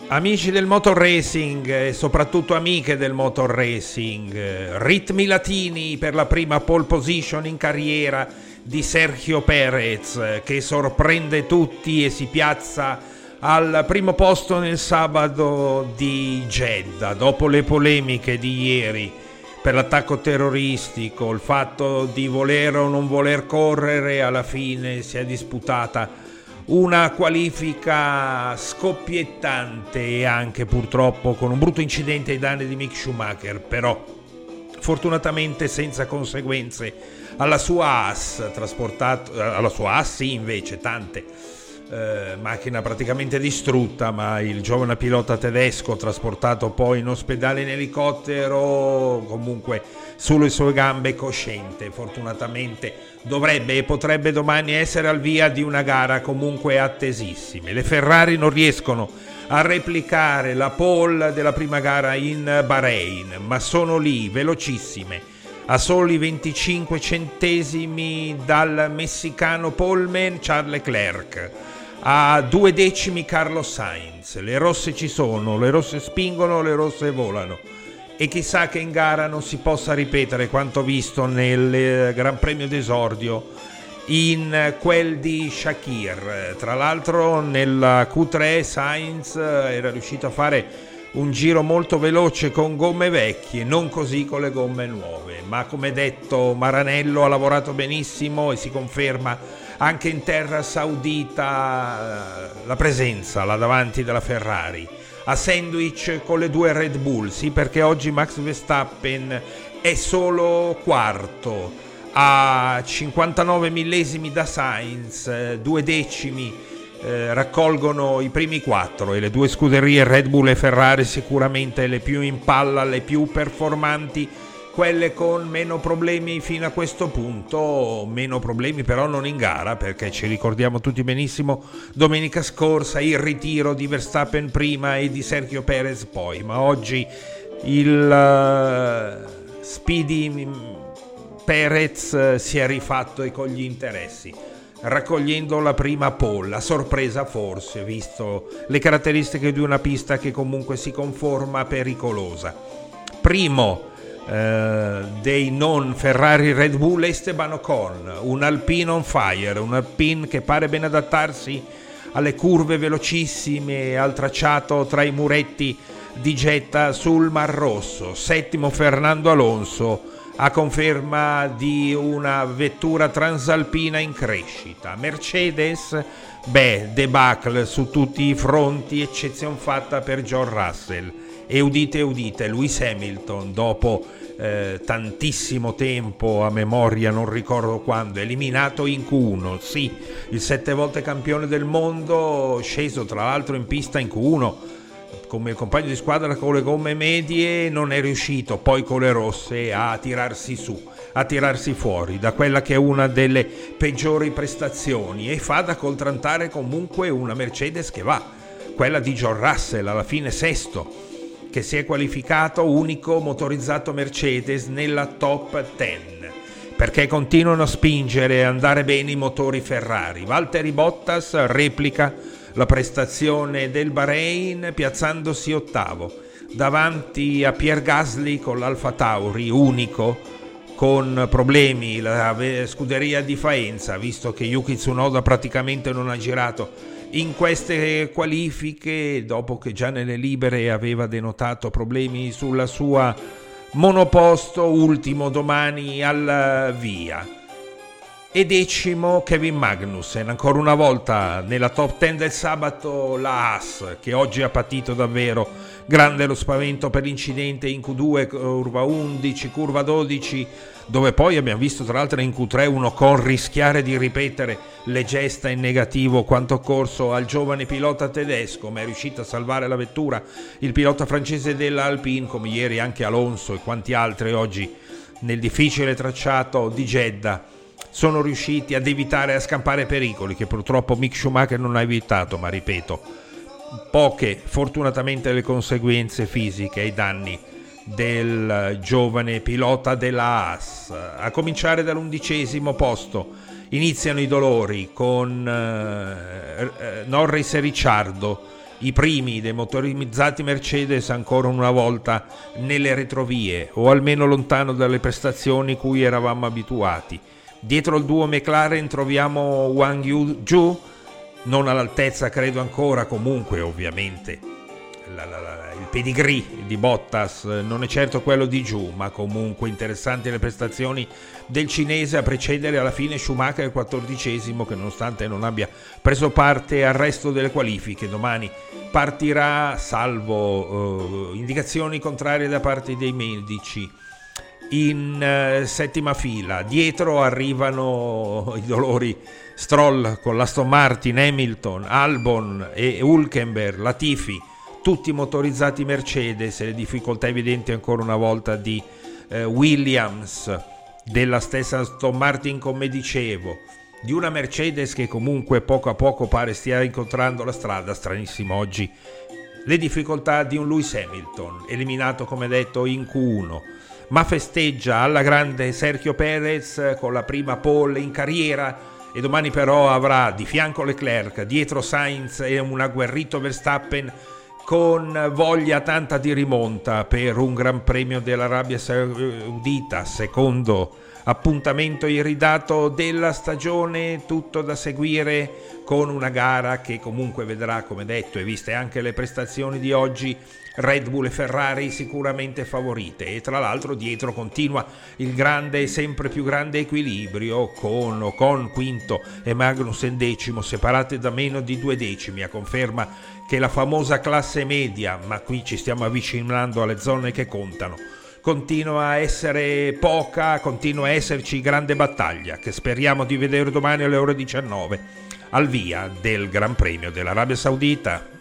Amici del motor racing e soprattutto amiche del motor racing, ritmi latini per la prima pole position in carriera di Sergio Perez, che sorprende tutti e si piazza al primo posto nel sabato di Jeddah dopo le polemiche di ieri per l'attacco terroristico, il fatto di voler o non voler correre. Alla fine si è disputata una qualifica scoppiettante e anche purtroppo con un brutto incidente ai danni di Mick Schumacher, però fortunatamente senza conseguenze alla sua Haas, sì, invece tante, macchina praticamente distrutta, ma il giovane pilota tedesco trasportato poi in ospedale in elicottero, comunque sulle sue gambe cosciente. Fortunatamente dovrebbe e potrebbe domani essere al via di una gara comunque attesissime. Le Ferrari non riescono a replicare la pole della prima gara in Bahrain, ma sono lì velocissime, a soli 25 centesimi dal messicano poleman Charles Leclerc, a 2 decimi Carlos Sainz. Le rosse ci sono, le rosse spingono, le rosse volano, e chissà che in gara non si possa ripetere quanto visto nel Gran Premio d'esordio in quel di Shakir. Tra l'altro nella Q3 Sainz era riuscito a fare un giro molto veloce con gomme vecchie, non così con le gomme nuove, ma come detto Maranello ha lavorato benissimo e si conferma anche in terra saudita la presenza là davanti della Ferrari, a sandwich con le 2 Red Bull. Sì, perché oggi Max Verstappen è solo quarto, a 59 millesimi da Sainz, 2 decimi raccolgono i primi 4, e le 2 scuderie Red Bull e Ferrari sicuramente le più in palla, le più performanti, quelle con meno problemi fino a questo punto. Meno problemi però non in gara, perché ci ricordiamo tutti benissimo domenica scorsa il ritiro di Verstappen prima e di Sergio Perez poi, ma oggi il Speedy Perez si è rifatto e con gli interessi, raccogliendo la prima pole, a sorpresa forse, visto le caratteristiche di una pista che comunque si conforma pericolosa. Primo dei non Ferrari Red Bull Esteban Ocon, un Alpine on fire, un Alpine che pare ben adattarsi alle curve velocissime, al tracciato tra i muretti di Jeddah sul Mar Rosso. Settimo Fernando Alonso, a conferma di una vettura transalpina in crescita. Mercedes, debacle su tutti i fronti, eccezione fatta per George Russell. E udite udite, Lewis Hamilton, dopo tantissimo tempo, a memoria non ricordo quando, eliminato in Q1, sì, il 7 volte campione del mondo, sceso tra l'altro in pista in Q1 come il compagno di squadra con le gomme medie, non è riuscito poi con le rosse a tirarsi su, a tirarsi fuori da quella che è una delle peggiori prestazioni, e fa da contrantare comunque una Mercedes che va, quella di George Russell, alla fine sesto, che si è qualificato unico motorizzato Mercedes nella top 10, perché continuano a spingere e andare bene i motori Ferrari. Valtteri Bottas replica la prestazione del Bahrain piazzandosi ottavo davanti a Pierre Gasly con l'Alfa Tauri, unico con problemi la scuderia di Faenza, visto che Yuki Tsunoda praticamente non ha girato in queste qualifiche, dopo che già nelle libere aveva denotato problemi sulla sua monoposto. Ultimo domani al via. E decimo Kevin Magnussen, ancora una volta nella top 10 del sabato la Haas, che oggi ha patito davvero grande lo spavento per l'incidente in Q2, curva 11, curva 12, dove poi abbiamo visto tra l'altro in Q3 un Ocon rischiare di ripetere le gesta in negativo quanto occorso al giovane pilota tedesco, ma è riuscito a salvare la vettura il pilota francese dell'Alpine, come ieri anche Alonso e quanti altri oggi nel difficile tracciato di Jeddah sono riusciti ad evitare, a scampare pericoli che purtroppo Mick Schumacher non ha evitato, ma ripeto, poche fortunatamente le conseguenze fisiche ai danni del giovane pilota della Haas. A cominciare dall'11° posto iniziano i dolori con Norris e Ricciardo i primi dei motorizzati Mercedes ancora una volta nelle retrovie, o almeno lontano dalle prestazioni cui eravamo abituati. Dietro il duo McLaren troviamo Wang Yu-Zhu, non all'altezza credo ancora, comunque ovviamente il pedigree di Bottas non è certo quello di Zhu, ma comunque interessanti le prestazioni del cinese, a precedere alla fine Schumacher, il 14esimo, che nonostante non abbia preso parte al resto delle qualifiche domani partirà, salvo indicazioni contrarie da parte dei medici, in settima fila. Dietro arrivano i dolori Stroll con l'Aston Martin, Hamilton, Albon e Hülkenberg, Latifi, tutti motorizzati Mercedes, e le difficoltà evidenti ancora una volta di Williams, della stessa Aston Martin, come dicevo, di una Mercedes che comunque poco a poco pare stia incontrando la strada. Stranissimo oggi le difficoltà di un Lewis Hamilton, eliminato come detto in Q1, ma festeggia alla grande Sergio Perez con la prima pole in carriera, e domani però avrà di fianco Leclerc, dietro Sainz e un agguerrito Verstappen con voglia tanta di rimonta per un Gran Premio dell'Arabia Saudita, secondo appuntamento iridato della stagione, tutto da seguire, con una gara che comunque vedrà, come detto, e viste anche le prestazioni di oggi, Red Bull e Ferrari sicuramente favorite, e tra l'altro dietro continua il grande e sempre più grande equilibrio con Ocon quinto e Magnussen decimo, separate da meno di 2 decimi, a conferma che la famosa classe media, ma qui ci stiamo avvicinando alle zone che contano, continua a essere poca, continua a esserci grande battaglia che speriamo di vedere domani alle ore 19 al via del Gran Premio dell'Arabia Saudita.